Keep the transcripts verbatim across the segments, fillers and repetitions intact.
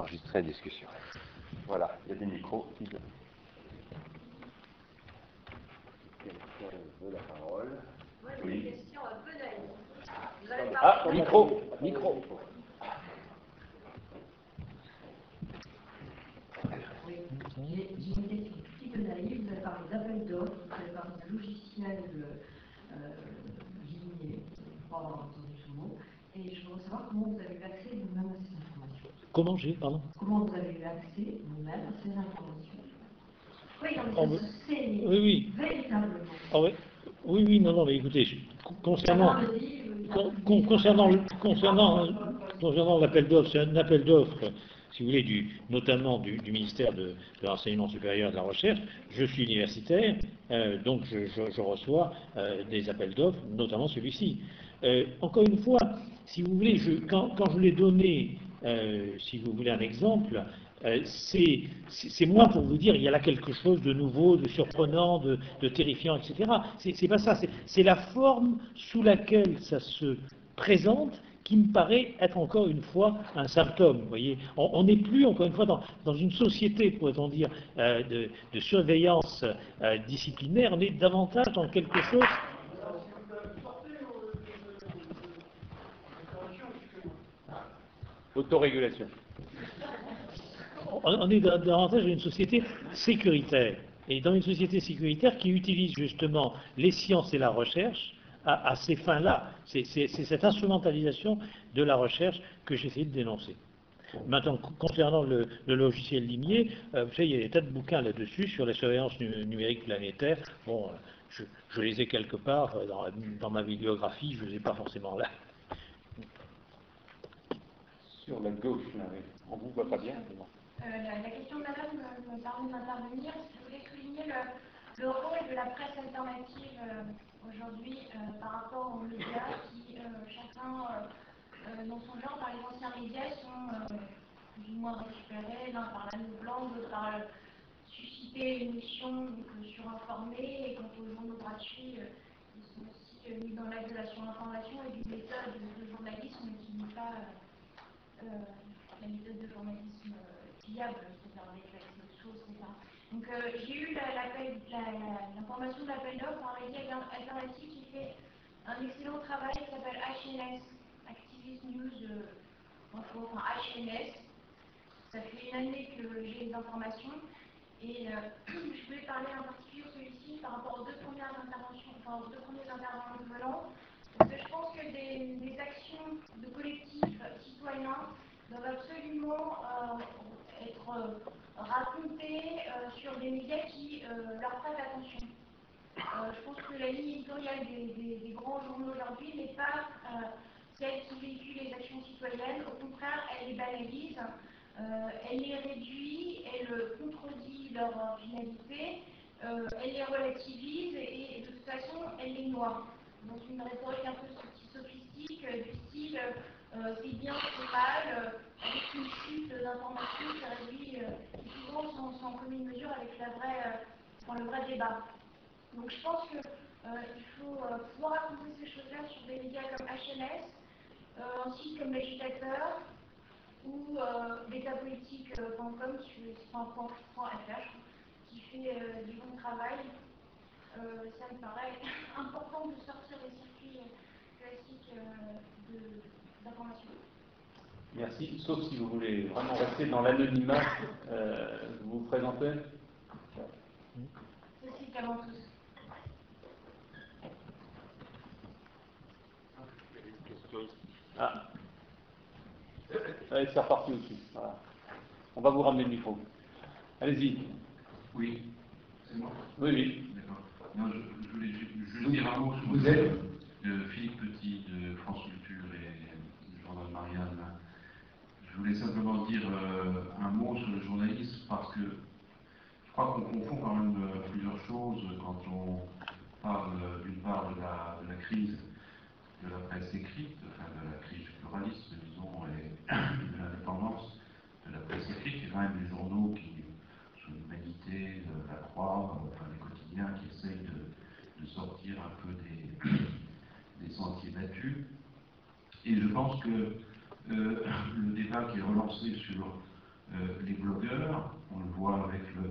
enregistrer la discussion. Voilà, il y a des micros qui... Quelqu'un veut la parole? Moi, j'ai une question un peu naïve. Vous avez Ah, parlé micro, micro. Oui, j'ai j'ai une question un petit peu naïve. Vous avez parlé d'appel d'offres, vous avez parlé d'un logiciel euh, lignée, pour avoir entendu ce mot, et je voudrais savoir comment vous avez eu accès vous-même à ces informations. Comment j'ai, pardon? Comment vous avez eu accès vous-même à ces informations? Oui, non, mais Oh, ça se sait oui, oui. véritablement. Oh, oui. Oui, oui, non, non, mais écoutez, je- concernant, con- con- concernant, concernant, concernant l'appel d'offres, c'est un appel d'offres, si vous voulez, du, notamment du, du ministère de, de l'Enseignement supérieur et de la Recherche. Je suis universitaire, euh, donc je, je- je reçois euh, des appels d'offres, notamment celui-ci. Euh, encore une fois, si vous voulez, je, quand, quand je l'ai donné, euh, si vous voulez un exemple, euh, c'est c'est moins pour vous dire il y a là quelque chose de nouveau, de surprenant, de, de terrifiant, et cetera. C'est c'est pas ça, c'est c'est la forme sous laquelle ça se présente qui me paraît être encore une fois un symptôme. Vous voyez, on n'est plus encore une fois dans, dans une société, pourrait-on dire, euh, de, de surveillance euh, disciplinaire, on est davantage dans quelque chose. Autorégulation. On est davantage dans une société sécuritaire. Et dans une société sécuritaire qui utilise justement les sciences et la recherche à, à ces fins-là. C'est cette instrumentalisation de la recherche que j'essaie de dénoncer. Maintenant, concernant le, le logiciel limier, euh, vous savez, il y a des tas de bouquins là-dessus sur la surveillance nu numérique planétaire. Bon, euh, je, je les ai quelque part euh, dans, dans ma bibliographie, je ne les ai pas forcément là. Sur la gauche, là, oui. On ne vous voit pas bien. Euh, la, la question de madame me, me permet d'intervenir. Je voulais souligner le, le rôle de la presse alternative euh, aujourd'hui euh, par rapport aux médias qui, euh, chacun euh, dans son genre, par les anciens médias, sont euh, plus ou moins récupérés, l'un par la Nouvelle Blanche, l'autre par euh, susciter une mission donc, euh, surinformée, et quant aux journaux gratuits, euh, ils sont aussi euh, mis dans l'aide de la surinformation et d'une méthode de, de journalisme qui n'est pas euh, euh, la méthode de journalisme fiable, c'est-à-dire avec l'accès aux sources, et cetera. Donc euh, j'ai eu l'information de l'appel d'offres par un média alternatif qui fait un excellent travail qui s'appelle H N S, Activist News, euh, enfin H N S. Ça fait une année que j'ai les informations et euh, je voulais parler en particulier de celui-ci par rapport aux deux premières interventions, enfin aux deux premiers intervenants, parce que je pense que des, des actions de collectifs citoyens doivent absolument euh, être euh, racontées euh, sur des médias qui euh, leur prêtent attention. Euh, je pense que la ligne éditoriale des, des, des grands journaux aujourd'hui n'est pas euh, celle qui véhicule les actions citoyennes. Au contraire, elle les banalise, euh, elle les réduit, elle contredit leur euh, finalité, euh, elle les relativise et, et de toute façon, elle les noie. Dans une rhétorique un peu sophistique, euh, du style euh, c'est bien, c'est mal, euh, avec une chute d'informations qui réduit, euh, qui souvent sont, sont en commune mesure avec la vraie, euh, enfin, le vrai débat. Donc je pense qu'il euh, faut euh, pouvoir raconter ces choses-là sur des médias comme H N S, euh, un site comme l'agitateur, ou euh, betapolitique point com, enfin, .fr, qui fait euh, du bon travail. Euh, ça me paraît important de sortir des circuits classiques euh, d'information. Merci, sauf si vous voulez vraiment rester dans l'anonymat, euh, vous vous présentez. Cécile Caventus. Ah, allez, c'est reparti aussi. Voilà. On va vous ramener le micro. Allez-y. Oui, c'est moi. Oui, oui. D'accord. Non, je, je voulais juste dire un mot sur Vous êtes de Philippe Petit de France Culture et du journal Marianne. Je voulais simplement dire euh, un mot sur le journalisme parce que je crois qu'on confond quand même euh, plusieurs choses quand on parle euh, d'une part de la, de la crise de la presse écrite, enfin de la crise du pluralisme, disons, et de l'indépendance de la presse écrite, et même des journaux qui, sous l'humanité, la Croix, enfin les quotidiens qui essayent de, de sortir un peu des, des sentiers battus. Et je pense que euh, le débat qui est relancé sur euh, les blogueurs. On le voit avec le,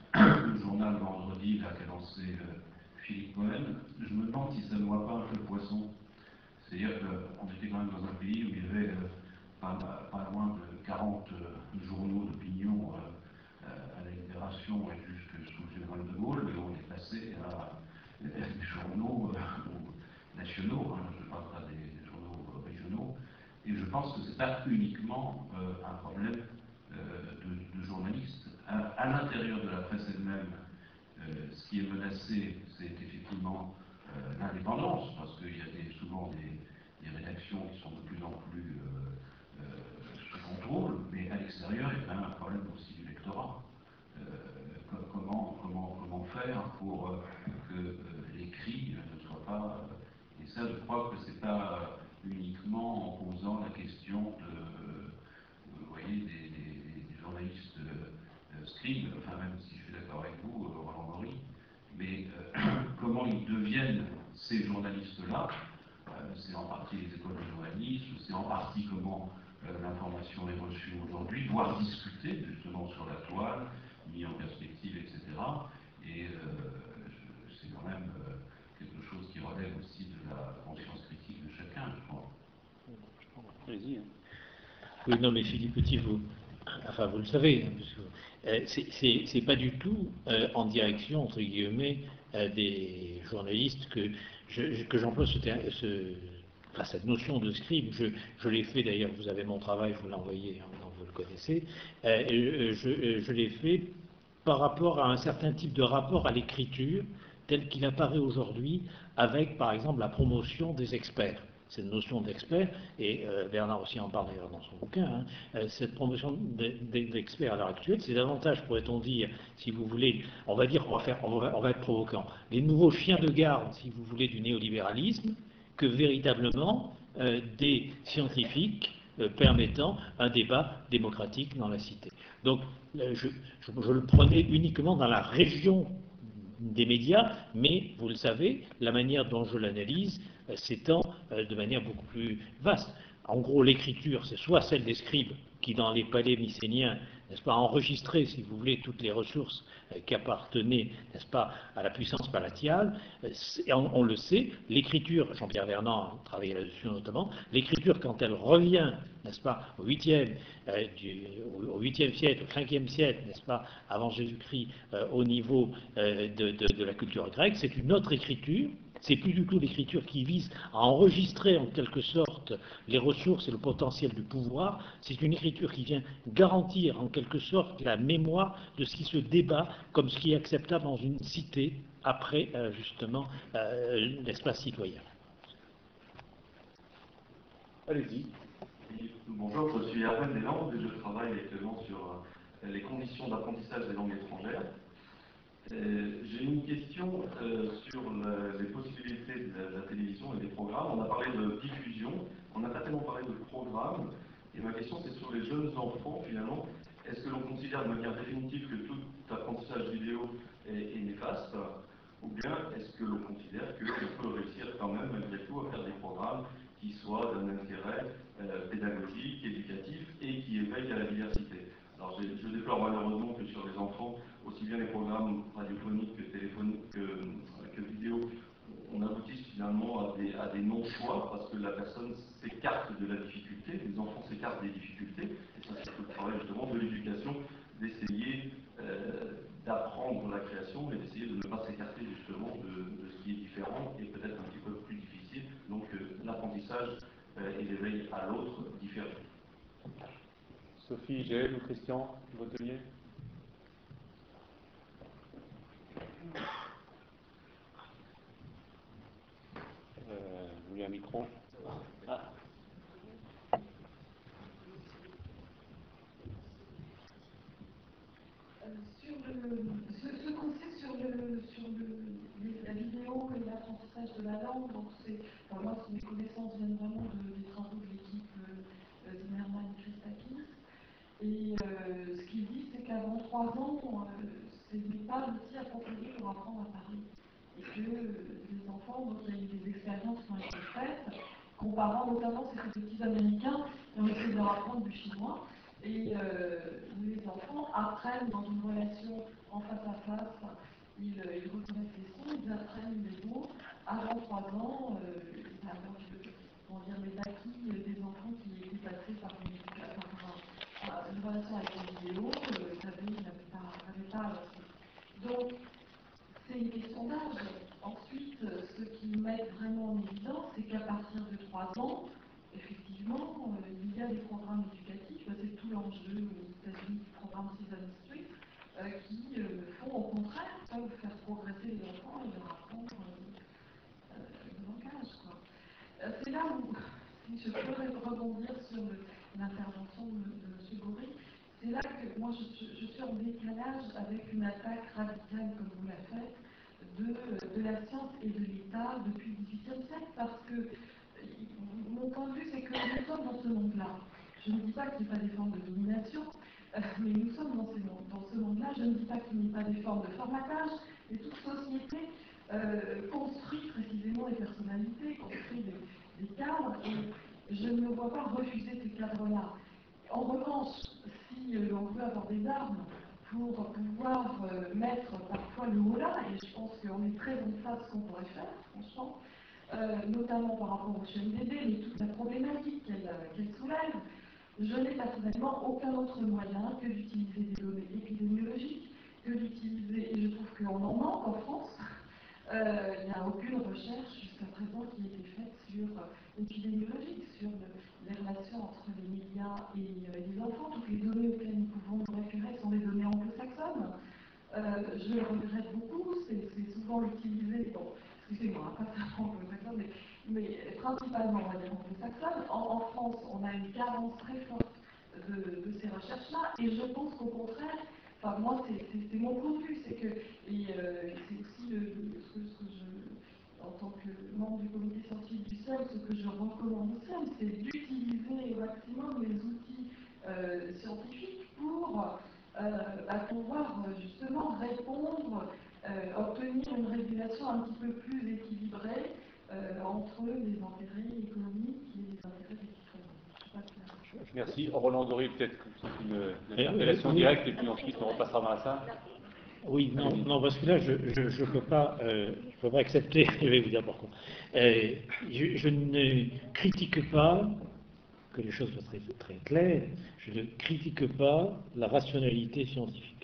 le journal vendredi là qu'a lancé euh, Philippe Cohen. Je me demande si ça ne noie pas un peu le poisson. C'est-à-dire qu'on était quand même dans un pays où il y avait euh, pas, pas loin de quarante euh, journaux d'opinion euh, à la Libération et jusque sous le général de Gaulle, et on est passé à des journaux euh, nationaux, hein, je ne parle pas des, des journaux régionaux, et je pense que ce n'est pas uniquement euh, un problème euh, de, de journalistes. À, à l'intérieur de la presse elle-même, euh, ce qui est menacé, c'est effectivement euh, l'indépendance, parce qu'il y a des, souvent des, des rédactions qui sont de plus en plus euh, euh, sous contrôle, mais à l'extérieur, il y a quand même un problème aussi du lectorat. Euh, comment, comment, comment faire pour euh, que euh, l'écrit ne soit pas... Euh, et ça, je crois que ce n'est pas uniquement en posant la question de, euh, vous voyez, des, des, des journalistes euh, scribes, enfin même si je suis d'accord avec vous, euh, Roland Maury, mais euh, comment ils deviennent ces journalistes-là. euh, C'est en partie les écoles de journalisme, c'est en partie comment euh, l'information est reçue aujourd'hui, voire discutée justement sur la toile, mis en perspective, et cetera. Et euh, c'est quand même euh, quelque chose qui relève aussi de la conscience critique de chacun, je crois. Allez-y. Hein. Oui, non, mais Philippe Petit, vous, enfin, vous le savez, hein, parce que, euh, c'est pas du tout euh, en direction, entre guillemets, euh, des journalistes que je, que j'emploie ce, ce, enfin, cette notion de scribe. Je, je l'ai fait d'ailleurs, vous avez mon travail, je vous l'ai envoyé, hein, donc vous le connaissez. Euh, je je l'ai fait par rapport à un certain type de rapport à l'écriture tel qu'il apparaît aujourd'hui avec, par exemple, la promotion des experts. Cette notion d'expert, et euh, Bernard aussi en parle d'ailleurs dans son bouquin, hein, euh, cette promotion d'experts à l'heure actuelle, c'est davantage, pourrait-on dire, si vous voulez, on va dire, on va, faire, on va, on va être provocant, les nouveaux chiens de garde, si vous voulez, du néolibéralisme, que véritablement euh, des scientifiques euh, permettant un débat démocratique dans la cité. Donc, euh, je, je, je le prenais uniquement dans la région des médias, mais vous le savez, la manière dont je l'analyse euh, s'étend euh, de manière beaucoup plus vaste. En gros, l'écriture, c'est soit celle des scribes qui, dans les palais mycéniens, n'est-ce pas, enregistraient, si vous voulez, toutes les ressources euh, qui appartenaient, n'est-ce pas, à la puissance palatiale. Euh, on, on le sait, l'écriture, Jean-Pierre Vernant a travaillé là-dessus notamment, l'écriture, quand elle revient, n'est-ce pas, au huitième euh, au huitième siècle, au cinquième siècle, n'est-ce pas, avant Jésus-Christ, euh, au niveau euh, de, de, de la culture grecque, c'est une autre écriture. C'est plus du tout l'écriture qui vise à enregistrer en quelque sorte les ressources et le potentiel du pouvoir. C'est une écriture qui vient garantir en quelque sorte la mémoire de ce qui se débat comme ce qui est acceptable dans une cité après euh, justement euh, l'espace citoyen. Allez-y. Bonjour, je suis Hervé Deslandes et je travaille actuellement sur euh, les conditions d'apprentissage des langues étrangères. J'ai une question euh, sur la, les possibilités de la, de la télévision et des programmes. On a parlé de diffusion, on n'a pas tellement parlé de programme. Et ma question, c'est sur les jeunes enfants, finalement. Est-ce que l'on considère de manière définitive que tout apprentissage vidéo est, est néfaste? Ou bien est-ce que l'on considère qu'on peut réussir quand même, malgré tout, à faire des programmes qui soient d'un intérêt euh, pédagogique, éducatif et qui éveillent à la diversité? Alors, je, je déplore malheureusement que sur les enfants, aussi bien les programmes radiophoniques que téléphoniques que, que vidéo, on aboutisse finalement à des, à des non-choix parce que la personne s'écarte de la difficulté, les enfants s'écartent des difficultés, et ça c'est le travail justement de l'éducation, d'essayer euh, d'apprendre la création et d'essayer de ne pas s'écarter justement de, de ce qui est différent et peut-être un petit peu plus difficile, donc euh, l'apprentissage euh, et l'éveil à l'autre différent. Sophie, Gaël ou Christian, Votelier? Euh, vous voulez un micro? Ah. Sur le, ce, ce qu'on sait sur, le, sur le, la vidéo et l'apprentissage de la langue, donc c'est, enfin moi, mes connaissances viennent vraiment de, des travaux de l'équipe euh, Zimmerman et Christakis. Et euh, ce qu'il dit, c'est qu'avant trois ans, euh, ce n'est pas l'outil approprié pour apprendre à parler. Et que euh, les enfants, donc il y a eu des expériences qui ont été faites, comparant notamment ces petits Américains qui ont essayé de leur apprendre du chinois. Et euh, enfants apprennent dans une relation en face à face, ils, ils reconnaissent les sons, ils apprennent les mots. Avant trois ans, euh, avant on dire, les acquis des enfants qui étaient passés par une, par une relation avec les vidéos, euh, ils n'avaient pas, n'avaient pas avancé. Donc, c'est une question d'âge. Ensuite, ce qu'ils mettent vraiment en évidence, c'est qu'à partir de trois ans, effectivement, euh, il y a des programmes éducatifs, c'est tout l'enjeu aux États-Unis du programme Sesame Street, euh, qui euh, font au contraire peuvent faire progresser les enfants et leur apprendre euh, euh, le langage. Quoi. Euh, c'est là où, si je peux rebondir sur l'intervention de, de M. Bory, c'est là que moi je, je suis en décalage avec une attaque radicale comme vous la faites de, de la science et de l'État depuis le dix-huitième siècle, parce que mon point de vue, c'est que nous sommes dans ce monde-là. Je ne dis pas qu'il n'y ait pas des formes de domination, euh, mais nous sommes dans, ces, dans ce monde-là. Je ne dis pas qu'il n'y ait pas des formes de formatage, mais toute société euh, construit précisément les personnalités, construit des, des cadres, et je ne me vois pas refuser ces cadres-là. En revanche, si euh, on veut avoir des armes pour pouvoir euh, mettre parfois le haut-là, et je pense qu'on est très en face de ce qu'on pourrait faire, franchement, Euh, notamment par rapport au C H M D B, mais toute la problématique qu'elle qu'elle soulève, je n'ai personnellement aucun autre moyen que d'utiliser des données épidémiologiques, que d'utiliser, et je trouve qu'on en manque en France, euh, il n'y a aucune recherche jusqu'à présent qui a été faite sur l'épidémiologie, sur le, les relations entre les médias et euh, les enfants. Toutes les données auxquelles nous pouvons nous référer sont des données anglo-saxonnes. Euh, je le regrette beaucoup, c'est souvent utilisé, bon, excusez-moi, pas seulement anglo-saxonne, mais, mais principalement, on va dire anglo-saxonne. En, en France, on a une carence très forte de, de ces recherches-là, et je pense qu'au contraire, enfin, moi, c'est mon point de vue, c'est que, et euh, c'est aussi le, le, ce, que, ce que je, en tant que membre du comité scientifique du C E M, ce que je recommande au C E M, c'est d'utiliser au maximum les outils euh, scientifiques pour Euh, à pouvoir justement répondre, euh, obtenir une régulation un petit peu plus équilibrée euh, entre les intérêts économiques et les intérêts des citoyens. Merci. Roland Dory, peut-être que c'est une, une interpellation directe, et puis ensuite on repassera dans la salle. Oui, non, non, parce que là, je ne peux pas, euh, je peux pas accepter, je vais vous dire pourquoi. Euh, je, je ne critique pas, que les choses soient très, très claires, je ne critique pas la rationalité scientifique.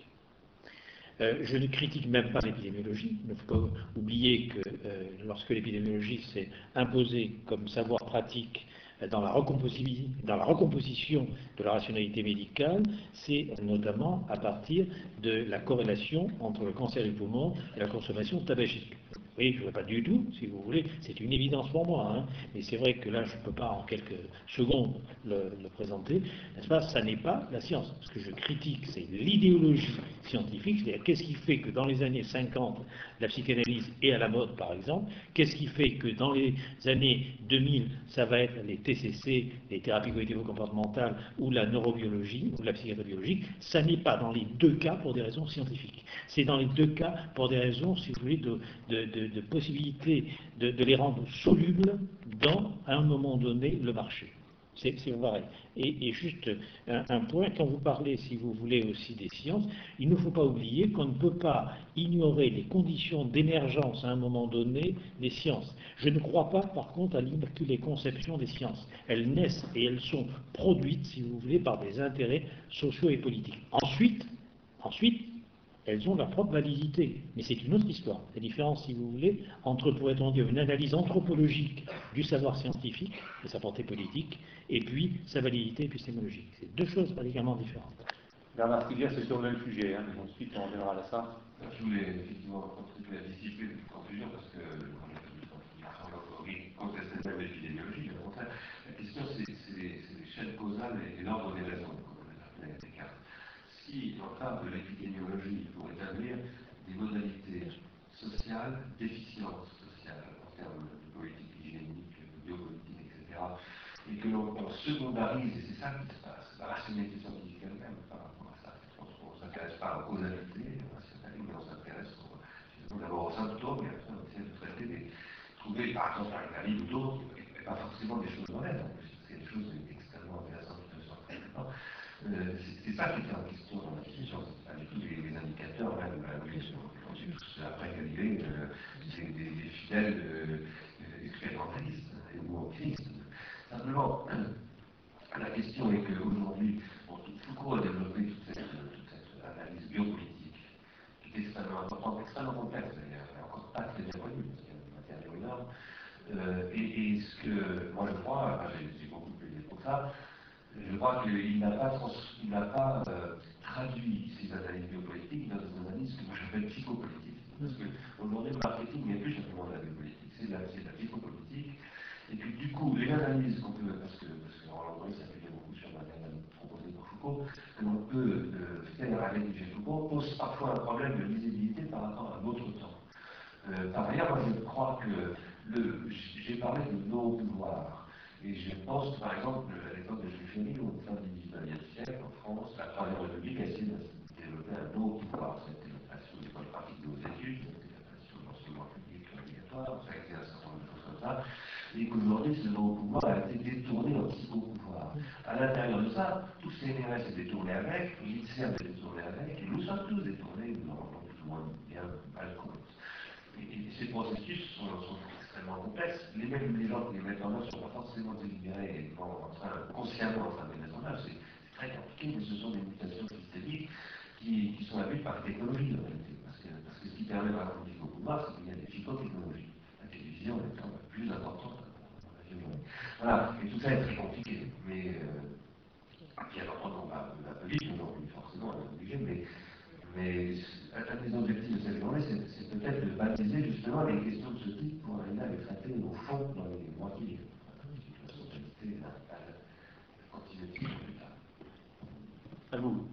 Euh, je ne critique même pas l'épidémiologie. Il ne faut pas oublier que euh, lorsque l'épidémiologie s'est imposée comme savoir pratique euh, dans la, dans la recomposition de la rationalité médicale, c'est notamment à partir de la corrélation entre le cancer du poumon et la consommation tabagique. Oui, je ne vois pas du tout, si vous voulez, c'est une évidence pour moi, hein, mais c'est vrai que là, je ne peux pas en quelques secondes le, le présenter, n'est-ce pas? Ça n'est pas la science. Ce que je critique, c'est l'idéologie scientifique, c'est-à-dire qu'est-ce qui fait que dans les années cinquante, la psychanalyse est à la mode, par exemple, qu'est-ce qui fait que dans les années deux mille, ça va être les T C C, les thérapies cognitivo-comportementales, ou la neurobiologie, ou la psychiatrie ça n'est pas dans les deux cas pour des raisons scientifiques. C'est dans les deux cas pour des raisons, si vous voulez, de, de, de, de possibilité de, de les rendre solubles dans, à un moment donné, le marché. C'est pareil. Et, et juste un, un point, quand vous parlez, si vous voulez, aussi des sciences, il ne faut pas oublier qu'on ne peut pas ignorer les conditions d'émergence à un moment donné des sciences. Je ne crois pas, par contre, à l'immaculée conception des sciences. Elles naissent et elles sont produites, si vous voulez, par des intérêts sociaux et politiques. Ensuite, ensuite, elles ont leur propre validité, mais c'est une autre histoire. La différence, si vous voulez, entre, pourrait-on dire, une analyse anthropologique du savoir scientifique, de sa portée politique, et puis sa validité épistémologique. C'est deux choses radicalement différentes. Bernard Stiegler, c'est sur le même sujet, hein, mais ensuite on reviendra à ça. Je voulais effectivement contribuer à dissiper cette confusion, parce que, comme il conteste même l'épidémiologie, au contraire, la question c'est les chaînes causales et l'ordre des raisons, comme on l'a appelé Descartes. Si, dans le cadre de l'épidémiologie, il faut établir des modalités sociales, d'efficience sociale, en termes de politique hygiénique, de biopolitique, et cetera, et que l'on secondarise, et c'est ça qui se passe, la rationalité scientifique elle-même par rapport à ça. On ne s'intéresse pas aux causalités rationnelles, mais on s'intéresse d'abord aux symptômes, et après on essaie de traiter des, trouver, par exemple, avec la Bible ou d'autres, et pas forcément des choses mauvaises, c'est des choses extrêmement intéressantes qui ne sont pas. Euh, c'est ça qui est en question dans la après Galilée, euh, c'est des, des fidèles euh, expérimentalistes ou optimistes. Simplement, la question est qu'aujourd'hui, bon, Foucault a développé toute cette, toute cette analyse biopolitique, qui est extrêmement importante, extrêmement complexe, d'ailleurs, encore pas très bien connue, parce qu'il y a une matériau énorme. Euh, et, et ce que moi je crois, enfin, j'ai beaucoup plaidé pour ça, je crois qu'il n'a pas, trans, il n'a pas euh, traduit ces analyses biopolitiques dans des analyses que moi j'appelle psychopolitiques. Parce qu'aujourd'hui, le marketing n'est plus simplement de la biopolitique, c'est de la, de la psychopolitique. Et puis du coup, les analyses qu'on peut, parce que, parce que Roland Gary s'appuyait beaucoup sur l'analyse proposée par Foucault, que l'on peut euh, faire avec Michel Foucault, pose parfois un problème de lisibilité par rapport à notre temps. Euh, par ailleurs, moi je crois que j'ai parlé de non-pouvoir. Et je pense, par exemple, à l'époque de Jules Ferry, au fin du dix-neuvième siècle, en France, la Troisième République a essayé de développer un non-pouvoir. C'était la création des écoles pratiques de hautes études, c'était la création de l'enseignement public obligatoire, ça a été un certain nombre de choses comme ça. Et qu'aujourd'hui, ce non-pouvoir a été détourné en psycho-pouvoir. À l'intérieur de ça, tout C N R S est détourné avec, l'I N S E R est détourné avec, et nous sommes tous détournés, nous en rendons plus ou moins bien mal compte. Et, et ces processus sont, sont extrêmement complexes. Les mêmes les gens qui les mettent en œuvre ne sont pas forcément délibérés et en train, consciemment en train de les mettre en œuvre. C'est très compliqué, mais ce sont des mutations systémiques qui, qui sont induites par les technologies en réalité. Parce que, parce que ce qui permet par exemple au pouvoir, c'est qu'il y a des psychotechnologies. La télévision est quand même plus importante dans la biologie. Voilà, et tout ça est très compliqué. Mais euh, bien entendu, la police, aujourd'hui, forcément, elle est obligée, mais Mais un des objectifs de cette journée, c'est peut-être de baptiser justement les questions de ce type pour arriver à les traiter au fond dans les mois qui viennent. La socialité, la, la, la continuité plus tard. À vous.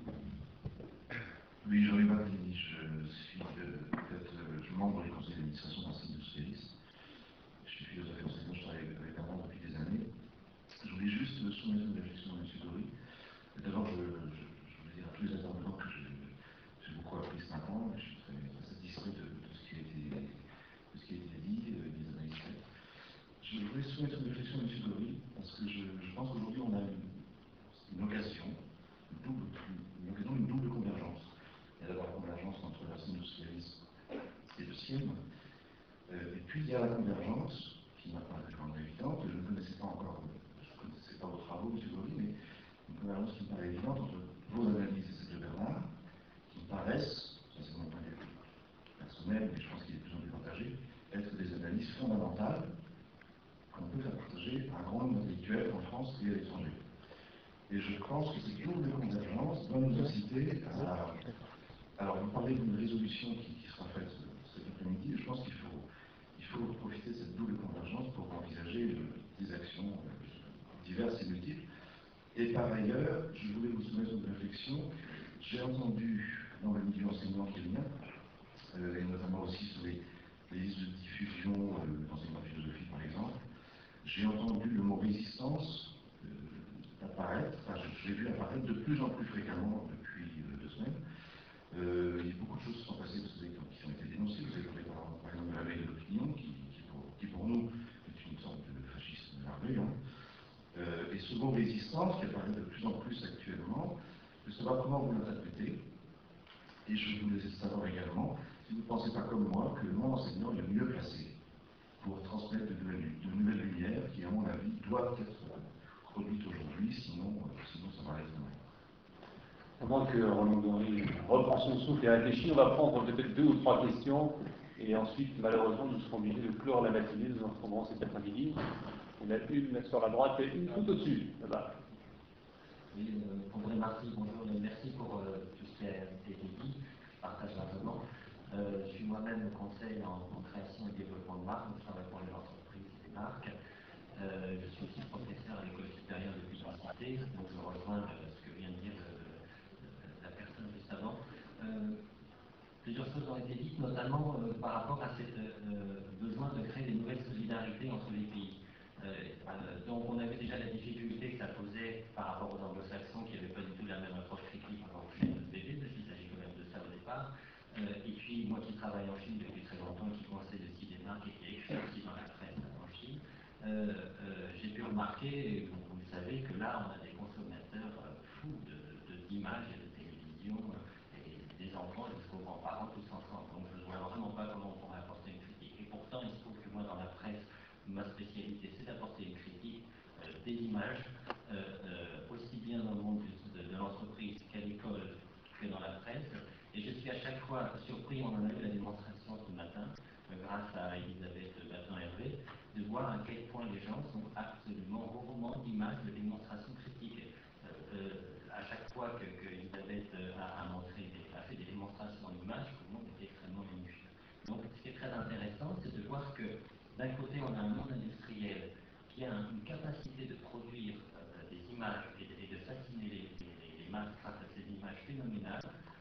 Oui, Jean-Louis Martini, je suis euh, peut-être euh, membre du conseil d'administration d'un centre industrialiste. Je suis philosophe et enseignant, je travaille avec un membre depuis des années. Je voulais juste soumettre une réflexion à M. Dory. D'abord, je, je, je voulais dire à tous les intervenants que je J'ai beaucoup appris ce matin, je suis très, très satisfait de, de, ce qui a été, de ce qui a été dit, euh, des analyses faites. Je voulais soumettre une réflexion à M. Dory, parce que je, je pense qu'aujourd'hui on a une, une occasion, une, double, une occasion d'une double convergence. Il y a d'abord la convergence entre la industrialisme et le C I E M, euh, et puis il y a la convergence, qui m'a paru quand même évidente, que je ne connaissais pas encore, je ne connaissais pas vos travaux, M. Dory, mais une convergence qui me paraît évidente entre vos analyses et celles de Bernard, qui paraissent, ça c'est mon point de vue personnel, mais je pense qu'il est de plus en plus partagé, être des analyses fondamentales qu'on peut faire partager à un grand nombre d'intellectuels en France et à l'étranger. Et je pense que cette double convergence doit nous inciter à... Alors, vous parlez d'une résolution qui, qui sera faite cet après-midi, je pense qu'il faut, il faut profiter de cette double convergence pour envisager des actions diverses et multiples. Et par ailleurs, je voulais vous soumettre une réflexion. J'ai entendu dans le milieu enseignant qui est le mien, euh, et notamment aussi sur les, les listes de diffusion euh, d'enseignement de philosophie par exemple, j'ai entendu le mot résistance euh, apparaître, enfin je, je l'ai vu apparaître de plus en plus fréquemment depuis euh, deux semaines. Euh, il y a beaucoup de choses qui sont passées, vous savez, qui ont été dénoncées. Vous avez parlé par, par exemple de la veille de l'opinion, qui, qui, pour, qui pour nous est une sorte de fascisme larvé. Hein. Euh, et ce mot résistance qui apparaît de plus en plus actuellement, je veux savoir comment vous l'interprétez. Et je voulais savoir également si vous ne pensez pas comme moi que le monde enseignant est le mieux placé pour transmettre de nouvelles, de nouvelles lumières qui, à mon avis, doivent être produites aujourd'hui, sinon, sinon ça va être mal. À moins que Roland Gary reprend son souffle et réfléchit, on va prendre peut-être deux ou trois questions, et ensuite, malheureusement, nous serons obligés de clore la matinée, nous en reprendrons cet après-midi. Il y en a une sur la droite et une tout au-dessus, là-bas. Oui, euh, André Marty, bonjour, merci pour euh, tout ce qui a été dit, je partage largement. Euh, je suis moi-même conseil en, en création et développement de marques, donc je travaille pour les entreprises et les marques. Euh, je suis aussi professeur à l'école supérieure de publicité, donc je rejoins euh, ce que vient de dire euh, la personne juste avant. Euh, plusieurs choses ont été dites, notamment euh, par rapport à ce euh, besoin de créer des nouvelles solidarités entre les pays. Euh, euh, donc on avait déjà la difficulté que ça posait par rapport aux anglo-saxons qui n'avaient pas du tout la même approche critique en Chine de David, parce qu'il s'agit quand même de ça au départ. Euh, et puis moi qui travaille en Chine depuis très longtemps, qui conseille aussi des marques et qui écrit aussi dans la presse en Chine, euh, euh, j'ai pu remarquer, vous, vous le savez, que là on a des consommateurs euh, fous d'images de, de et de télévision, euh, et des enfants jusqu'aux grands-parents, tous ensemble. Donc je ne vois vraiment pas comment on pourrait apporter une critique. Et pourtant, il se trouve que moi, dans la presse, ma spécialité, c'est d'apporter une critique euh, des images, euh, euh, aussi bien dans le monde de, de, de l'entreprise qu'à l'école que dans la presse. Et je suis à chaque fois surpris, on en a eu la démonstration ce matin, euh, grâce à Elisabeth Batin-Hervé, de voir à quel point les gens sont absolument gourmands d'images, de démonstrations critiques. Euh, euh, à chaque fois que, que Elisabeth a, a, montré des, a fait des démonstrations en images, tout le monde était extrêmement ému. Donc ce qui est très intéressant, c'est de voir que d'un côté, on a un monde industriel qui a une capacité de produire euh, des images et de, et de fasciner les, les, les masses grâce à ces images phénoménales.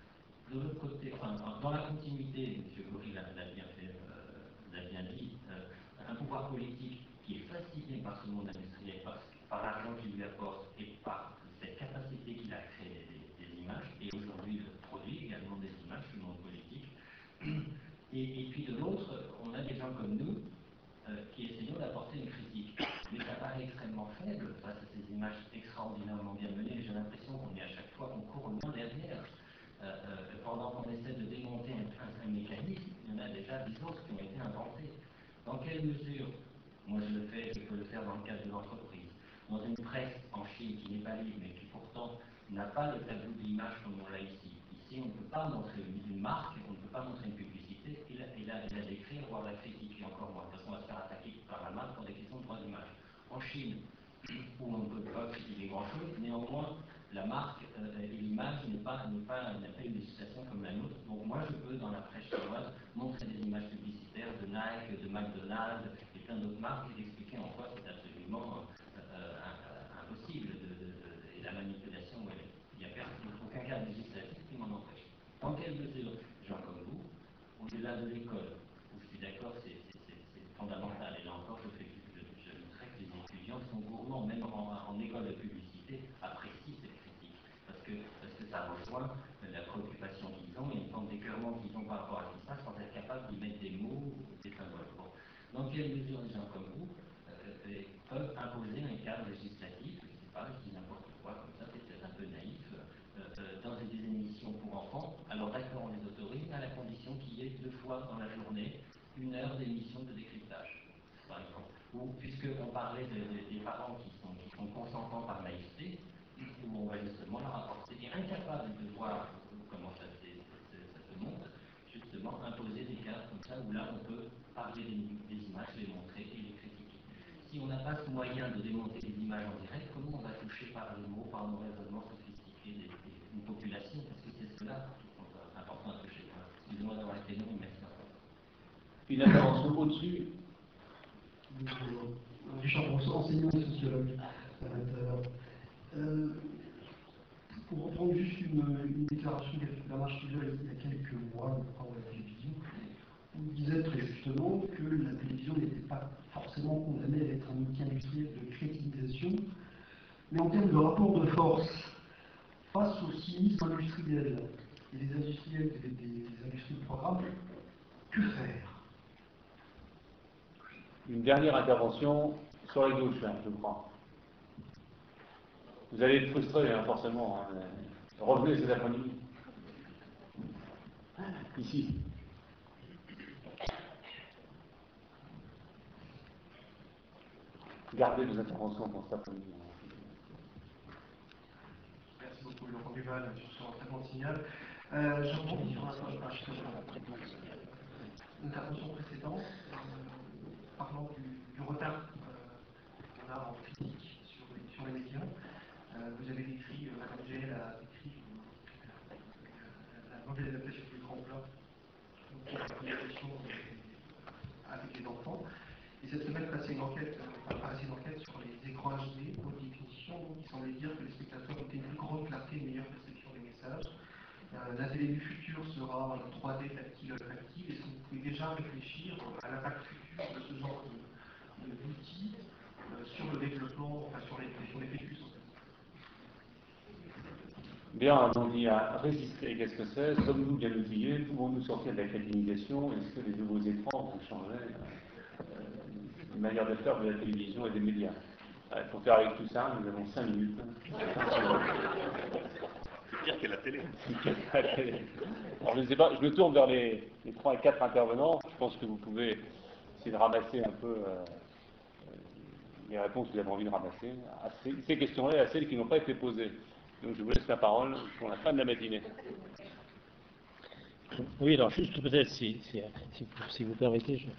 De l'autre côté, enfin, dans la continuité, M. Goury l'a bien fait, euh, l'a bien dit, euh, un pouvoir politique qui est fasciné par ce monde industriel, par, par l'argent qu'il lui apporte et par cette capacité qu'il a à créer des, des images, et aujourd'hui produit également des images, ce monde politique. Et, et puis de l'autre, on a des gens comme nous euh, qui essayons d'apporter une critique. Mais ça paraît extrêmement faible face à ces images extraordinairement bien menées. J'ai l'impression qu'on est à chaque fois, qu'on court loin derrière. Euh, euh, pendant qu'on essaie de démonter un, un, un mécanisme, il y en a déjà dix autres qui ont été inventés. Dans quelle mesure, moi je le fais, je peux le faire dans le cadre de l'entreprise, dans une presse en Chine qui n'est pas libre, mais qui pourtant n'a pas le tableau d'image comme on l'a ici. Ici, on ne peut pas montrer une, une marque, on ne peut pas montrer une publicité, et la, et la, et la décrire, voire la critiquer encore moins, parce qu'on va se faire attaquer par la marque pour des questions de droit d'image. En Chine, où on ne peut pas critiquer grand-chose, néanmoins, la marque euh, et l'image n'est pas, n'est pas, n'a pas une législation comme la nôtre. Donc moi, je peux, dans la presse chinoise, montrer des images publicitaires de Nike, de McDonald's et plein d'autres marques et d'expliquer en quoi c'est absolument euh, euh, impossible de, de, de, et la manipulation, ouais, il n'y a personne, aucun cadre législatif qui m'en empêche. Dans quelle mesure, gens comme vous, au-delà de l'école, où je suis d'accord, c'est fondamental, et là encore, je fais je, je noterai que les étudiants sont gourmands, même en, en école de publicité, apprécient cette critique, parce que, parce que ça rejoint la préoccupation qu'ils ont et une forme d'écœurement qu'ils ont par rapport à ce qui se passe sans être capable d'y mettre des mots ou des symboles. Bon. Dans quelle mesure des gens comme vous euh, peuvent imposer un cadre législatif, je ne sais pas, je dis n'importe quoi, comme ça, c'est peut-être un peu naïf, euh, dans des émissions pour enfants, alors d'accord, on les autorise, à la condition qu'il y ait deux fois dans la journée une heure d'émission de décryptage, par exemple. Ou, puisqu'on parlait de, de, des parents qui sont, qui sont consentants par naïveté, où on va justement leur apporter, et incapables de voir comment ça, ça, ça se monte, justement imposer des cadres comme ça, où là on peut parler des, des images, les montrer et les critiquer. Si on n'a pas ce moyen de démonter les images en direct, comment on va toucher par les mots, par nos raisonnements sophistiqués des, des, une population, parce que c'est cela qui est important à toucher. Excusez-moi d'avoir été long, merci. Une intervention au-dessus. Richard Brousseau, enseignant et sociologue à l'intérieur. Euh, pour reprendre juste une, une déclaration qu'a fait Bernard Stiegler il y a quelques mois, par la télévision, où il disait très justement que la télévision n'était pas forcément condamnée à être un outil industriel de crédibilisation, mais en termes de rapport de force face au cynisme industriel et les industriels des, des, des industries de programme, que faire? Une dernière intervention sur la gauche, hein, je crois. Vous allez être frustrés, hein, forcément. Hein. Revenez cet après-midi. Ici. Gardez vos interventions pour cet après-midi. Merci beaucoup, Laurent Duval, sur ce traitement de signal. Euh, je rebondis sur l'intervention précédente, euh, parlant du, du retard euh, qu'on a en critique sur les, sur les médias. Euh, vous avez décrit, euh, Madame G L a décrit euh, la mauvaise adaptation du grand plat pour la communication avec les enfants. Et cette semaine, passé une enquête, euh, passé une enquête sur les écrans H D, haute définition, qui semblait dire que les spectateurs ont une plus grande clarté, une meilleure perception des messages. Euh, la télé du futur sera trois D, tactile, olfactive. Est-ce que vous pouvez déjà réfléchir à l'impact futur de ce genre d'outils euh, sur le développement, enfin sur les, sur les fœtus en fait? Bien, donc il y a résister, qu'est-ce que c'est? Sommes-nous bien outillés? Pouvons-nous sortir de la crédibilisation? Est-ce que les nouveaux écrans vont changer euh, une manière de faire de la télévision et des médias? euh, Pour faire avec tout ça, nous avons cinq minutes. Pire que la télé. Alors, je ne sais pas, je me tourne vers les, les trois et quatre intervenants. Je pense que vous pouvez essayer de ramasser un peu euh, les réponses que vous avez envie de ramasser à ces, ces questions-là et à celles qui n'ont pas été posées. Donc je vous laisse la parole pour la fin de la matinée. Oui, alors juste peut-être, si, si, si, si vous permettez, je,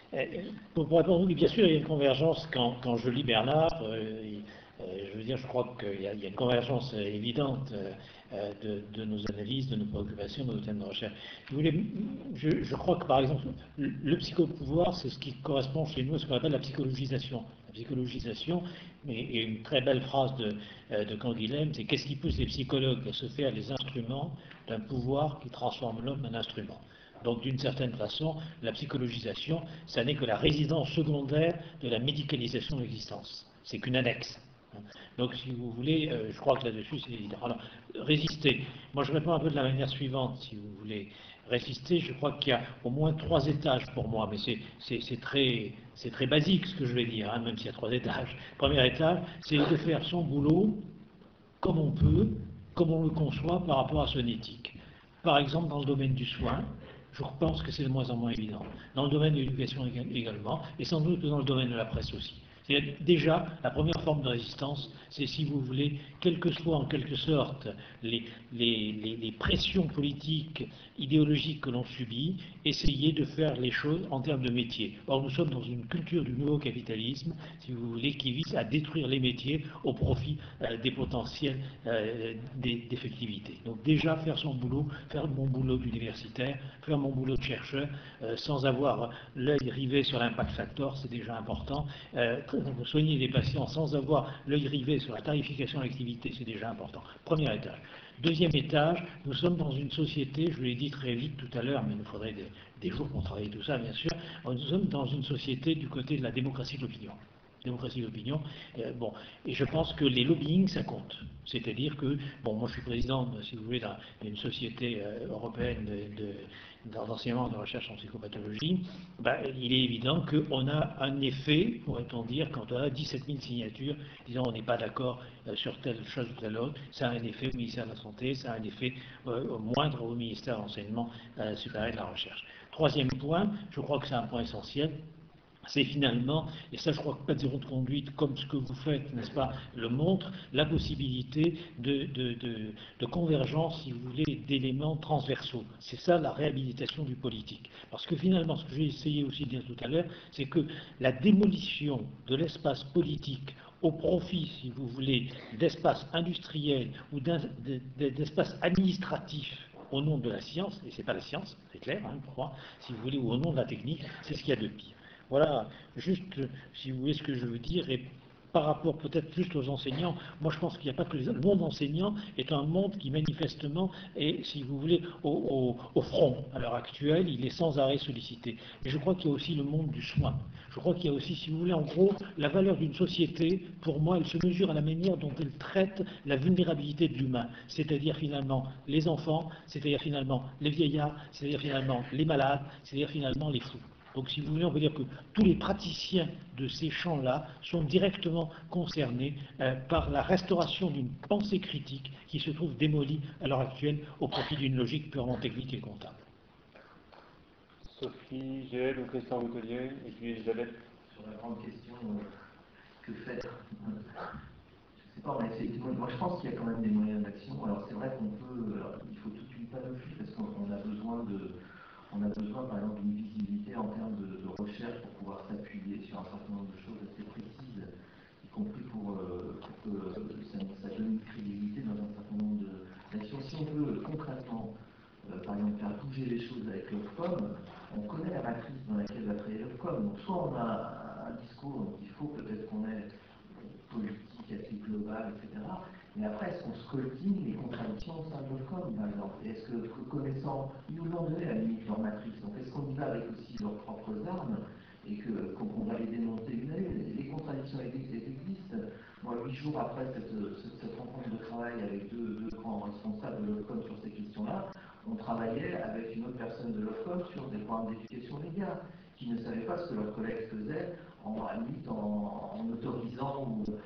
pour, pour répondre, oui, bien sûr, il y a une convergence quand, quand je lis Bernard. Euh, il, euh, je veux dire, je crois qu'il y, y a une convergence évidente euh, de, de nos analyses, de nos préoccupations, de nos thèmes de recherche. Je, voulais, je, je crois que, par exemple, le, le psychopouvoir, c'est ce qui correspond chez nous à ce qu'on appelle la psychologisation. La psychologisation, et une très belle phrase de, de Canguilhem, c'est qu'est-ce qui pousse les psychologues à se faire les instruments d'un pouvoir qui transforme l'homme en instrument. Donc, d'une certaine façon, la psychologisation, ça n'est que la résidence secondaire de la médicalisation de l'existence. C'est qu'une annexe. Donc, si vous voulez, euh, je crois que là-dessus, c'est évident. Alors, résister. Moi, je réponds un peu de la manière suivante, si vous voulez. Résister, je crois qu'il y a au moins trois étages pour moi, mais c'est très, très basique ce que je vais dire, hein, même s'il y a trois étages. Premier étage, c'est de faire son boulot comme on peut, comme on le conçoit par rapport à son éthique. Par exemple, dans le domaine du soin, je pense que c'est de moins en moins évident. Dans le domaine de l'éducation également, et sans doute dans le domaine de la presse aussi. C'est déjà la première forme de résistance, c'est, si vous voulez, quelles que soient en quelque sorte les, les, les, les pressions politiques, idéologiques que l'on subit, essayer de faire les choses en termes de métier. Or, nous sommes dans une culture du nouveau capitalisme, si vous voulez, qui vise à détruire les métiers au profit euh, des potentiels euh, d'effectivité. Donc déjà, faire son boulot, faire mon boulot d'universitaire, faire mon boulot de chercheur, euh, sans avoir l'œil rivé sur l'impact factor, c'est déjà important. Euh, soigner les patients sans avoir l'œil rivé sur la tarification de l'activité, c'est déjà important. Premier étage. Deuxième étage, nous sommes dans une société, je l'ai dit très vite tout à l'heure, mais il nous faudrait des, des jours pour travailler tout ça, bien sûr. Nous sommes dans une société du côté de la démocratie de l'opinion. Démocratie d'opinion, euh, bon, et je pense que les lobbying, ça compte. C'est-à-dire que, bon, moi je suis président, si vous voulez, d'une société euh, européenne de, de, d'enseignement de recherche en psychopathologie, ben, il est évident qu'on a un effet, pourrait-on dire, quand on a dix-sept mille signatures, disant on n'est pas d'accord euh, sur telle chose ou telle autre, ça a un effet au ministère de la Santé, ça a un effet euh, au moindre au ministère de l'Enseignement euh, supérieur de la Recherche. Troisième point, je crois que c'est un point essentiel, c'est finalement, et ça je crois que pas de zéro de conduite comme ce que vous faites, n'est-ce pas, le montre, la possibilité de, de, de, de convergence, si vous voulez, d'éléments transversaux. C'est ça la réhabilitation du politique. Parce que finalement, ce que j'ai essayé aussi de dire tout à l'heure, c'est que la démolition de l'espace politique au profit, si vous voulez, d'espaces industriels ou d'espaces administratifs au nom de la science, et ce n'est pas la science, c'est clair, hein, pour moi, si vous voulez, ou au nom de la technique, c'est ce qu'il y a de pire. Voilà, juste, si vous voulez, ce que je veux dire, et par rapport peut-être juste aux enseignants, moi je pense qu'il n'y a pas que les... Le monde enseignant est un monde qui manifestement est, si vous voulez, au, au, au front. À l'heure actuelle, il est sans arrêt sollicité. Mais je crois qu'il y a aussi le monde du soin. Je crois qu'il y a aussi, si vous voulez, en gros, la valeur d'une société, pour moi, elle se mesure à la manière dont elle traite la vulnérabilité de l'humain. C'est-à-dire finalement les enfants, c'est-à-dire finalement les vieillards, c'est-à-dire finalement les malades, c'est-à-dire finalement les fous. Donc, si vous voulez, on peut dire que tous les praticiens de ces champs-là sont directement concernés euh, par la restauration d'une pensée critique qui se trouve démolie à l'heure actuelle au profit d'une logique purement technique et comptable. Sophie, Gilles ou Christian Boutelier, et puis Elisabeth. Sur la grande question, euh, que faire je ne sais pas, mais moi je pense qu'il y a quand même des moyens d'action. Alors c'est vrai qu'on peut, alors, il faut toute une panoplie parce qu'on a besoin de... On a besoin, par exemple, d'une visibilité en termes de, de recherche pour pouvoir s'appuyer sur un certain nombre de choses assez précises, y compris pour, euh, pour que ça, ça donne une crédibilité dans un certain nombre d'actions. Si on veut concrètement, euh, par exemple, faire bouger les choses avec l'Ofcom, on connaît la matrice dans laquelle va travailler l'Ofcom. Donc, soit on a un, un discours, donc il faut peut-être qu'on ait une politique assez globale, et cetera. Mais après, est-ce qu'on scoltine les contradictions au sein de l'Ofcom, par exemple? Est-ce que, connaissant, ils nous l'ont donné à la limite leur matrice, donc est-ce qu'on y va avec aussi leurs propres armes et que, qu'on va les démonter une à une? Les contradictions existent. Moi, huit jours après cette, cette, cette rencontre de travail avec deux, deux grands responsables de l'Ofcom sur ces questions-là, on travaillait avec une autre personne de l'Ofcom sur des programmes d'éducation légale, qui ne savaient pas ce que leurs collègues faisaient, en, à la limite en, en autorisant ou en,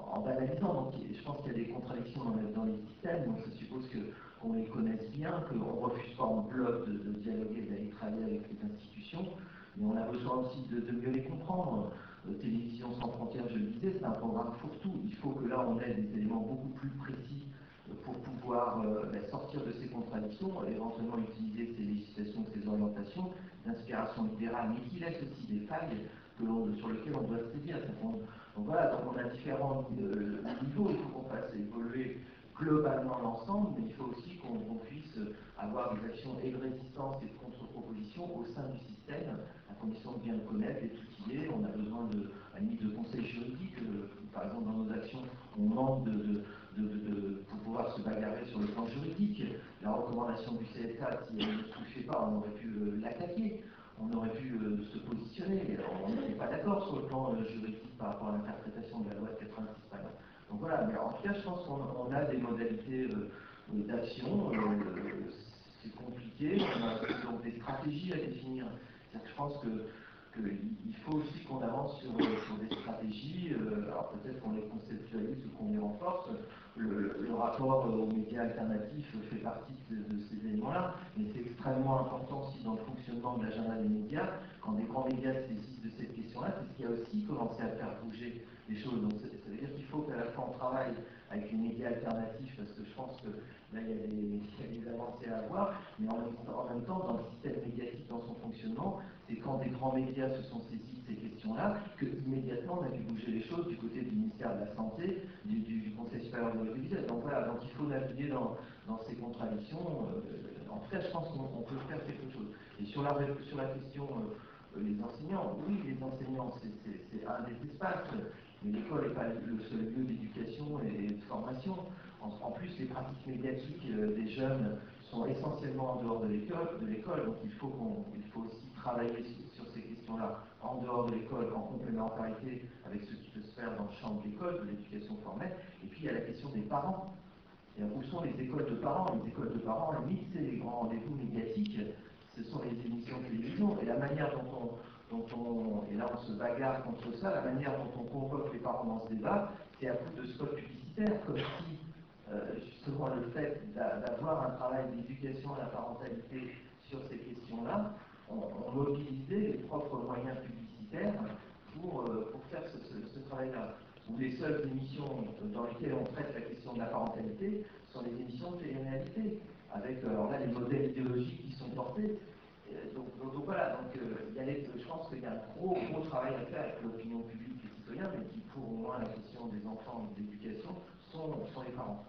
en banalisant. Donc, je pense qu'il y a des contradictions dans, dans les systèmes, donc je suppose qu'on les connaisse bien, qu'on ne refuse pas en bloc de, de dialoguer, d'aller travailler avec les institutions, mais on a besoin aussi de, de mieux les comprendre. Euh, Télévision sans frontières, je le disais, c'est un programme fourre-tout. Il faut que là, on ait des éléments beaucoup plus précis pour pouvoir euh, ben, sortir de ces contradictions, éventuellement utiliser ces législations, ces orientations d'inspiration libérale, mais qui laissent aussi des failles que sur lesquelles on doit se saisir. Donc voilà, donc on a différents euh, niveaux, il faut qu'on fasse évoluer globalement l'ensemble, mais il faut aussi qu'on qu'on puisse avoir des actions et de résistance et de contre-proposition au sein du système, à condition de bien le connaître, d'être outillé. On a besoin de, à limite de conseils juridiques. Euh, par exemple, dans nos actions, on manque de, de, de, de, de pour pouvoir se bagarrer sur le plan juridique. La recommandation du C S A, si elle ne se touchait pas, on aurait pu euh, l'attaquer. On aurait pu euh, se positionner, on n'était pas d'accord sur le plan euh, juridique par rapport à l'interprétation de la loi de quatre-vingt-six. Par exemple. Donc voilà, mais en tout cas, je pense qu'on a des modalités euh, d'action, euh, c'est compliqué, on a donc des stratégies à définir. C'est-à-dire que je pense que qu'il faut aussi qu'on avance sur, sur des stratégies, euh, alors peut-être qu'on les conceptualise ou qu'on les renforce. Le, le rapport aux médias alternatifs fait partie de, de ces éléments-là, mais c'est extrêmement important aussi dans le fonctionnement de l'agenda des médias. Quand des grands médias se saisissent de cette question-là, c'est ce qui a aussi commencé à faire bouger les choses. Donc ça veut dire qu'il faut qu'à la fois on travaille avec les médias alternatifs, parce que je pense que là il y a des, il y a des avancées à avoir, mais en même, en même temps, dans le système médiatique, dans son fonctionnement, c'est quand des grands médias se sont saisis de ces questions-là que immédiatement on a vu bouger les choses du côté du ministère de la Santé, du, du, du Conseil supérieur de l'audiovisuel. Donc voilà, donc il faut naviguer dans, dans ces contradictions. Euh, en tout cas, je pense qu'on peut faire quelque chose. Et sur la, sur la question euh, les enseignants, oui, les enseignants, c'est un des espaces, mais l'école n'est pas le seul lieu d'éducation et de formation. En, en plus, les pratiques médiatiques euh, des jeunes sont essentiellement en dehors de l'école, donc il faut, qu'on, il faut aussi travailler sur, sur ces questions-là en dehors de l'école, en complémentarité avec ce qui peut se faire dans le champ de l'école, de l'éducation formelle. Et puis il y a la question des parents. Et où sont les écoles de parents? Les écoles de parents, à la limite, c'est les grands rendez-vous médiatiques, ce sont les émissions de télévision. Et la manière dont on, dont on, et là on se bagarre contre ça, la manière dont on convoque les parents dans ce débat, c'est à coup de spots publicitaires, comme si euh, justement le fait d'avoir un travail d'éducation à la parentalité sur ces questions-là, on, on mobilisait les propres moyens publicitaires pour, euh, pour faire ce, ce, ce travail-là. Où les seules émissions dans lesquelles on traite la question de la parentalité sont les émissions de télé-réalité, avec alors là les modèles idéologiques qui sont portés. Donc, donc, donc voilà, donc, euh, il y a les, je pense qu'il y a un gros gros travail à faire avec l'opinion publique et les citoyens, mais qui pour au moins la question des enfants et de l'éducation sont, sont les parents.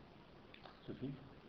Sophie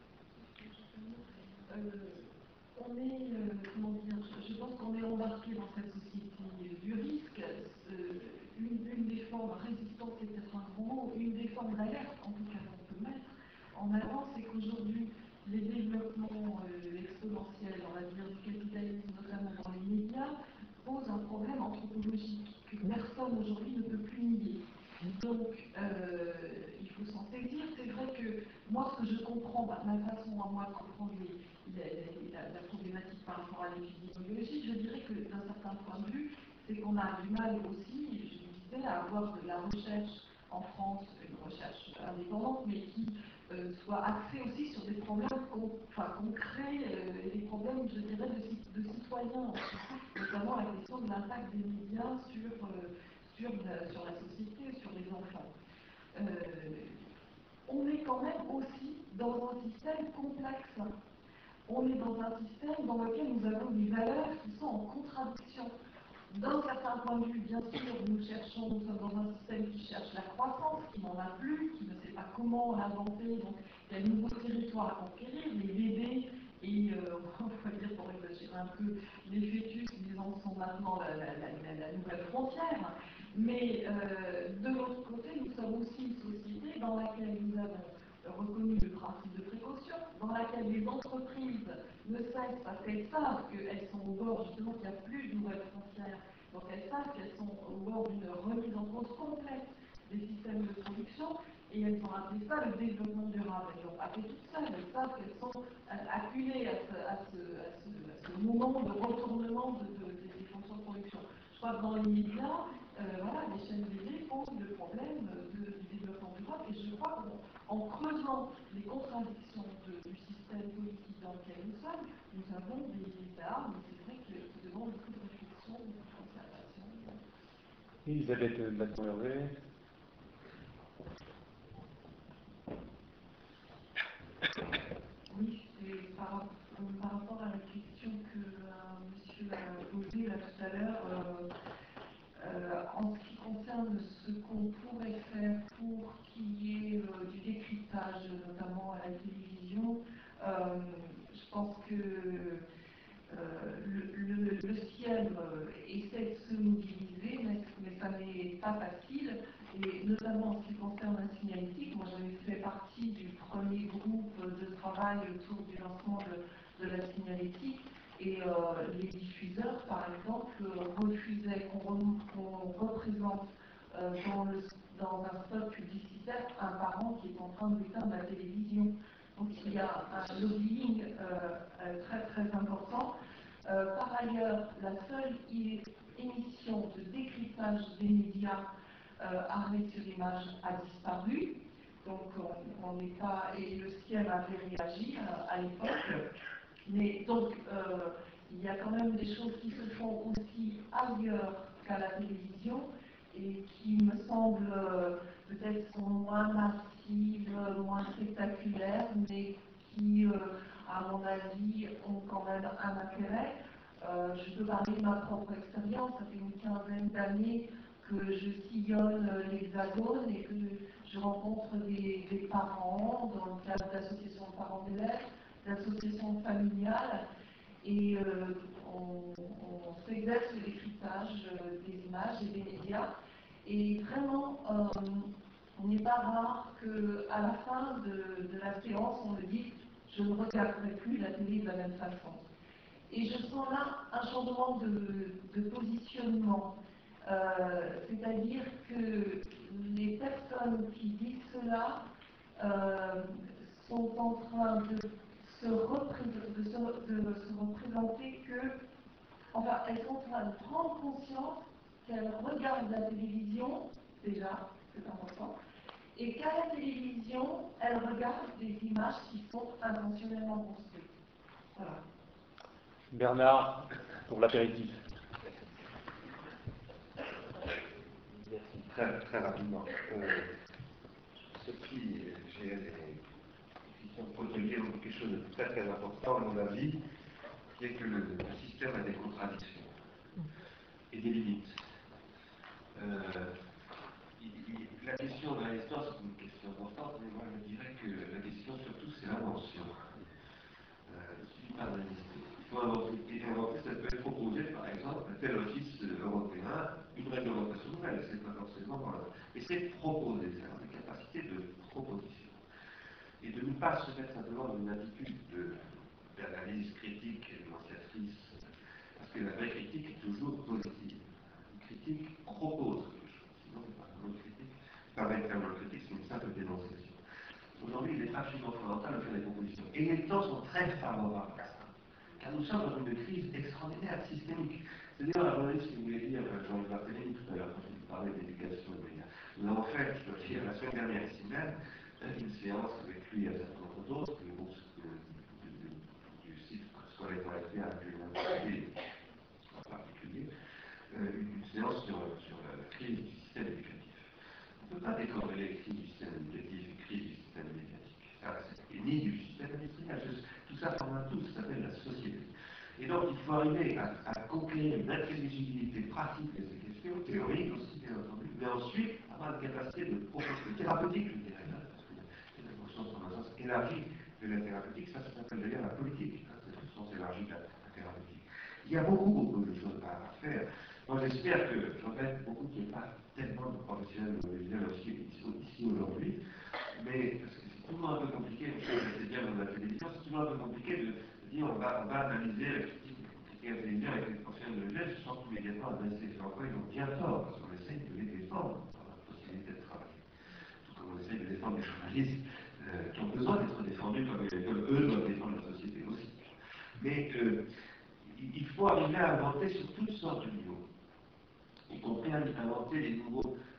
euh, On est, euh, comment dire, je, je pense qu'on est embarqué dans cette société du risque. Euh, une, une des formes, résistance c'est peut-être un grand mot, une des formes d'alerte, en tout cas qu'on peut mettre en avant, c'est qu'aujourd'hui, les développements euh, exponentiels, on va dire, du capitalisme, notamment dans les médias, posent un problème anthropologique que personne aujourd'hui ne peut plus nier. Donc, euh, il faut s'en saisir. C'est vrai que moi, ce que je comprends, bah, ma façon à moi de comprendre les, les, la, la problématique par rapport à l'épidémiologie, je dirais que d'un certain point de vue, c'est qu'on a du mal aussi, je vous disais, à avoir de la recherche en France, une recherche indépendante, mais qui euh, soit axée aussi sur des problèmes con, enfin, concrets, euh, et des problèmes, je dirais, de, de citoyens, notamment la question de l'impact des médias sur, euh, sur, la, sur la société, sur les enfants. Euh, on est quand même aussi dans un système complexe. On est dans un système dans lequel nous avons des valeurs qui sont en contradiction. D'un certain point de vue, bien sûr, nous cherchons, nous sommes dans un système qui cherche la croissance, qui n'en a plus, qui ne sait pas comment l'inventer, donc il y a de nouveaux territoires à conquérir, les bébés et, euh, on va dire pour exagérer un peu, les fœtus, disons, sont maintenant la, la, la, la nouvelle frontière. Mais euh, de l'autre côté, nous sommes aussi une société dans laquelle nous avons reconnu le principe de précaution, dans laquelle les entreprises ne cessent parce qu'elles savent qu'elles sont au bord, justement, qu'il n'y a plus de nouvelles frontières, donc elles savent qu'elles sont au bord d'une remise en cause complète des systèmes de production, et elles ont appelé ça le développement durable. Elles l'ont appelé toutes seules, elles savent qu'elles sont acculées à ce, à, ce, à, ce, à ce moment de retournement de, de, de, des fonctions de production. Je crois que dans les médias, euh, voilà, les chaînes télé posent le problème de, du développement cetera. Et je crois qu'en creusant les contradictions de, du système politique dans lequel nous sommes, nous avons des, des armes, et c'est vrai que nous demandent beaucoup de réflexion, beaucoup de concertation. Elisabeth Batton-Hervé. Oui, c'est par, par rapport à la question que euh, monsieur a posée là tout à l'heure, euh, euh, en ce qui concerne ce qu'on pourrait faire pour qu'il y ait euh, du décryptage, notamment à la télévision, euh, je pense que euh, le, le, le ciel euh, essaie de se mobiliser, mais, mais ça n'est pas facile. Et notamment en ce qui concerne la signalétique, moi j'avais fait partie du premier groupe de travail autour du lancement de, de la signalétique, et euh, les diffuseurs, par exemple, refusaient qu'on re, qu'on représente euh, dans, le, dans un spot publicitaire un parent qui est en train d'éteindre la télévision. Donc il y a un lobbying euh, très très important. Euh, par ailleurs, la seule émission de décryptage des médias Euh, armé sur image a disparu, donc on n'est pas, et le ciel avait réagi euh, à l'époque, mais donc euh, il y a quand même des choses qui se font aussi ailleurs qu'à la télévision et qui me semblent euh, peut-être sont moins massives, moins spectaculaires, mais qui, euh, à mon avis, ont quand même un intérêt. Euh, je peux parler de ma propre expérience, ça fait une quinzaine d'années que je sillonne l'Hexagone et que je rencontre des, des parents dans le cadre d'associations de parents d'élèves, d'associations familiales, et euh, on, on s'exerce le décryptage euh, des images et des médias. Et vraiment, euh, on n'est pas rare qu'à la fin de, de la séance, on me dise « je ne regarderai plus la télé de la même façon ». Et je sens là un changement de, de positionnement. Euh, c'est-à-dire que les personnes qui disent cela euh, sont en train de se, de, se, de se représenter que, enfin, elles sont en train de prendre conscience qu'elles regardent la télévision, déjà, c'est important, et qu'à la télévision, elles regardent des images qui sont intentionnellement construites. Voilà. Bernard, pour l'apéritif. Merci. Très, très rapidement. Euh, Sophie G L est entretenir quelque chose de très très important à mon avis, qui est que le, le système a des contradictions et des limites. Euh, il, il, la question de la histoire, c'est une question importante, mais moi je dirais que la question surtout c'est l'invention. Euh, il ne suffit pas d'inventer. Il faut inventer. Et inventer, ça peut être proposé par exemple un tel office européen, une réglementation nouvelle, c'est pas forcément. Euh, mais c'est proposer, c'est avoir des capacités de proposition. Et de ne pas se mettre simplement dans une attitude d'analyse critique énonciatrice, parce que la vraie critique est toujours positive. Une critique propose quelque chose, sinon une critique, pas véritablement une critique, c'est une simple dénonciation. Aujourd'hui, il est absolument fondamental de faire des propositions. Et les temps sont très favorables à ça. Car nous sommes dans une crise extraordinaire, systémique. C'est d'ailleurs la journaliste qui voulait dire, Jean-Yves Barthélémy tout à l'heure, quand il parlait d'éducation et de médias. Nous avons fait, je dois dire, la semaine dernière, ici même, une séance avec lui et un certain nombre d'autres, le groupe du site scolaire F P A, en particulier, une séance sur, sur la crise du système éducatif. On ne peut pas décorréler la crise du système éducatif et la crise du système médiatique. Et ni du système industriel. Tout ça forme un tout, ça s'appelle la société. Et donc, il faut arriver à, à conquérir une intelligibilité pratique de ces questions, théoriques aussi, bien entendu, mais ensuite avoir une capacité de proposition thérapeutique, je dirais, là, parce que les notions sont dans un sens élargi de la thérapeutique, ça, ça s'appelle d'ailleurs la politique, hein, c'est le sens élargi de la, la thérapeutique. Il y a beaucoup, beaucoup de choses à faire. Moi, j'espère que, j'en regrette beaucoup qu'il n'y ait pas tellement de professionnels audiovisuels aussi ici aujourd'hui, mais parce que c'est toujours un peu compliqué, c'est bien dans la télévision, c'est toujours un peu compliqué de dire on va, on va analyser la critique, critiquer la télévision avec les professionnels audiovisuels, sans immédiatement adresser ces emplois, ils ont bien tort, parce qu'on essaye de les défendre dans la possibilité de travailler. Tout comme on essaye de défendre les journalistes euh, qui ont besoin d'être défendus, comme, comme eux doivent défendre la société aussi. Mais euh, il, il faut arriver à inventer sur toutes sortes de niveaux, y compris à inventer des nouveaux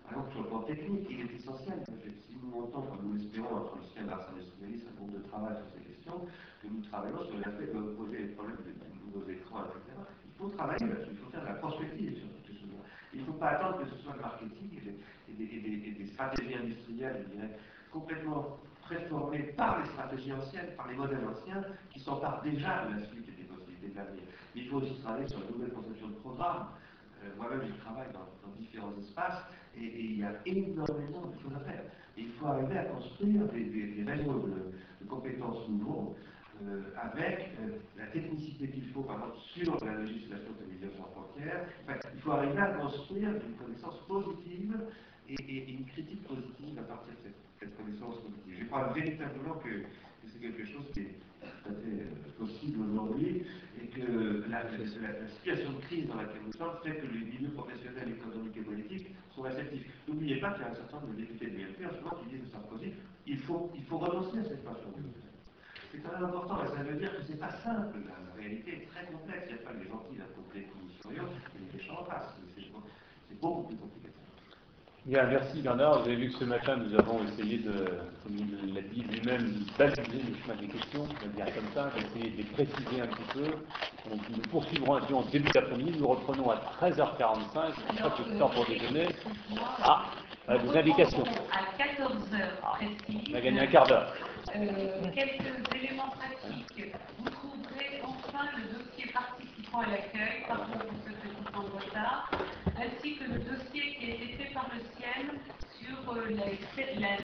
Par exemple, sur le plan technique, il est essentiel, si nous montons, comme nous l'espérons, entre le ciel et l'art industrialiste, un groupe de travail sur ces questions, que nous travaillons sur l'aspect de poser les problèmes de nouveaux écrans, et cetera. Il faut travailler là-dessus, il faut faire de la prospective sur toutes ces choses-là. Il ne faut pas attendre que ce soit le marketing et des, et des, et des, et des stratégies industrielles, je dirais, complètement préformées par les stratégies anciennes, par les modèles anciens, qui s'emparent déjà de la suite et des possibilités de l'avenir. Il faut aussi travailler sur la nouvelle conception de programmes. Euh, Moi-même, je travaille dans, dans différents espaces et, et il y a énormément de choses à faire. Et il faut arriver à construire des, des, des réseaux de, de compétences nouveaux euh, avec euh, la technicité qu'il faut, par exemple, sur la législation de médias sans frontières. Enfin, il faut arriver à construire une connaissance positive et, et, et une critique positive à partir de cette, cette connaissance positive. Je crois véritablement que, que c'est quelque chose qui est tout à fait euh, possible aujourd'hui et que la, la, la, la situation de crise dans laquelle nous sommes fait que les milieux professionnels, économiques et politiques sont réceptifs. N'oubliez pas qu'il y a un certain nombre de députés de l'U M P en ce moment qui disent de Sarkozy, il faut, il faut renoncer à cette façon de faire. C'est quand même important, et ça veut dire que c'est pas simple, la, la réalité est très complexe, il n'y a pas les gentils d'un côté commissionnaires et les méchants en face, c'est beaucoup plus compliqué. Bien, merci Bernard. Vous avez vu que ce matin, nous avons essayé de, comme il l'a dit lui-même, baliser le chemin des questions, on va dire comme ça, d'essayer de les préciser un petit peu. Donc, nous poursuivrons ainsi en début d'après-midi. Nous reprenons à treize heures quarante-cinq, je crois que c'est le temps pour déjeuner. Ah, euh, des indications. À quatorze heures précises. On a gagné un quart d'heure. Euh, quelques éléments pratiques. Vous trouverez enfin le dossier participant à l'accueil, pardon pour ce petit temps de retard, ainsi que le dossier qui a été fait par le C I E M sur euh, la, la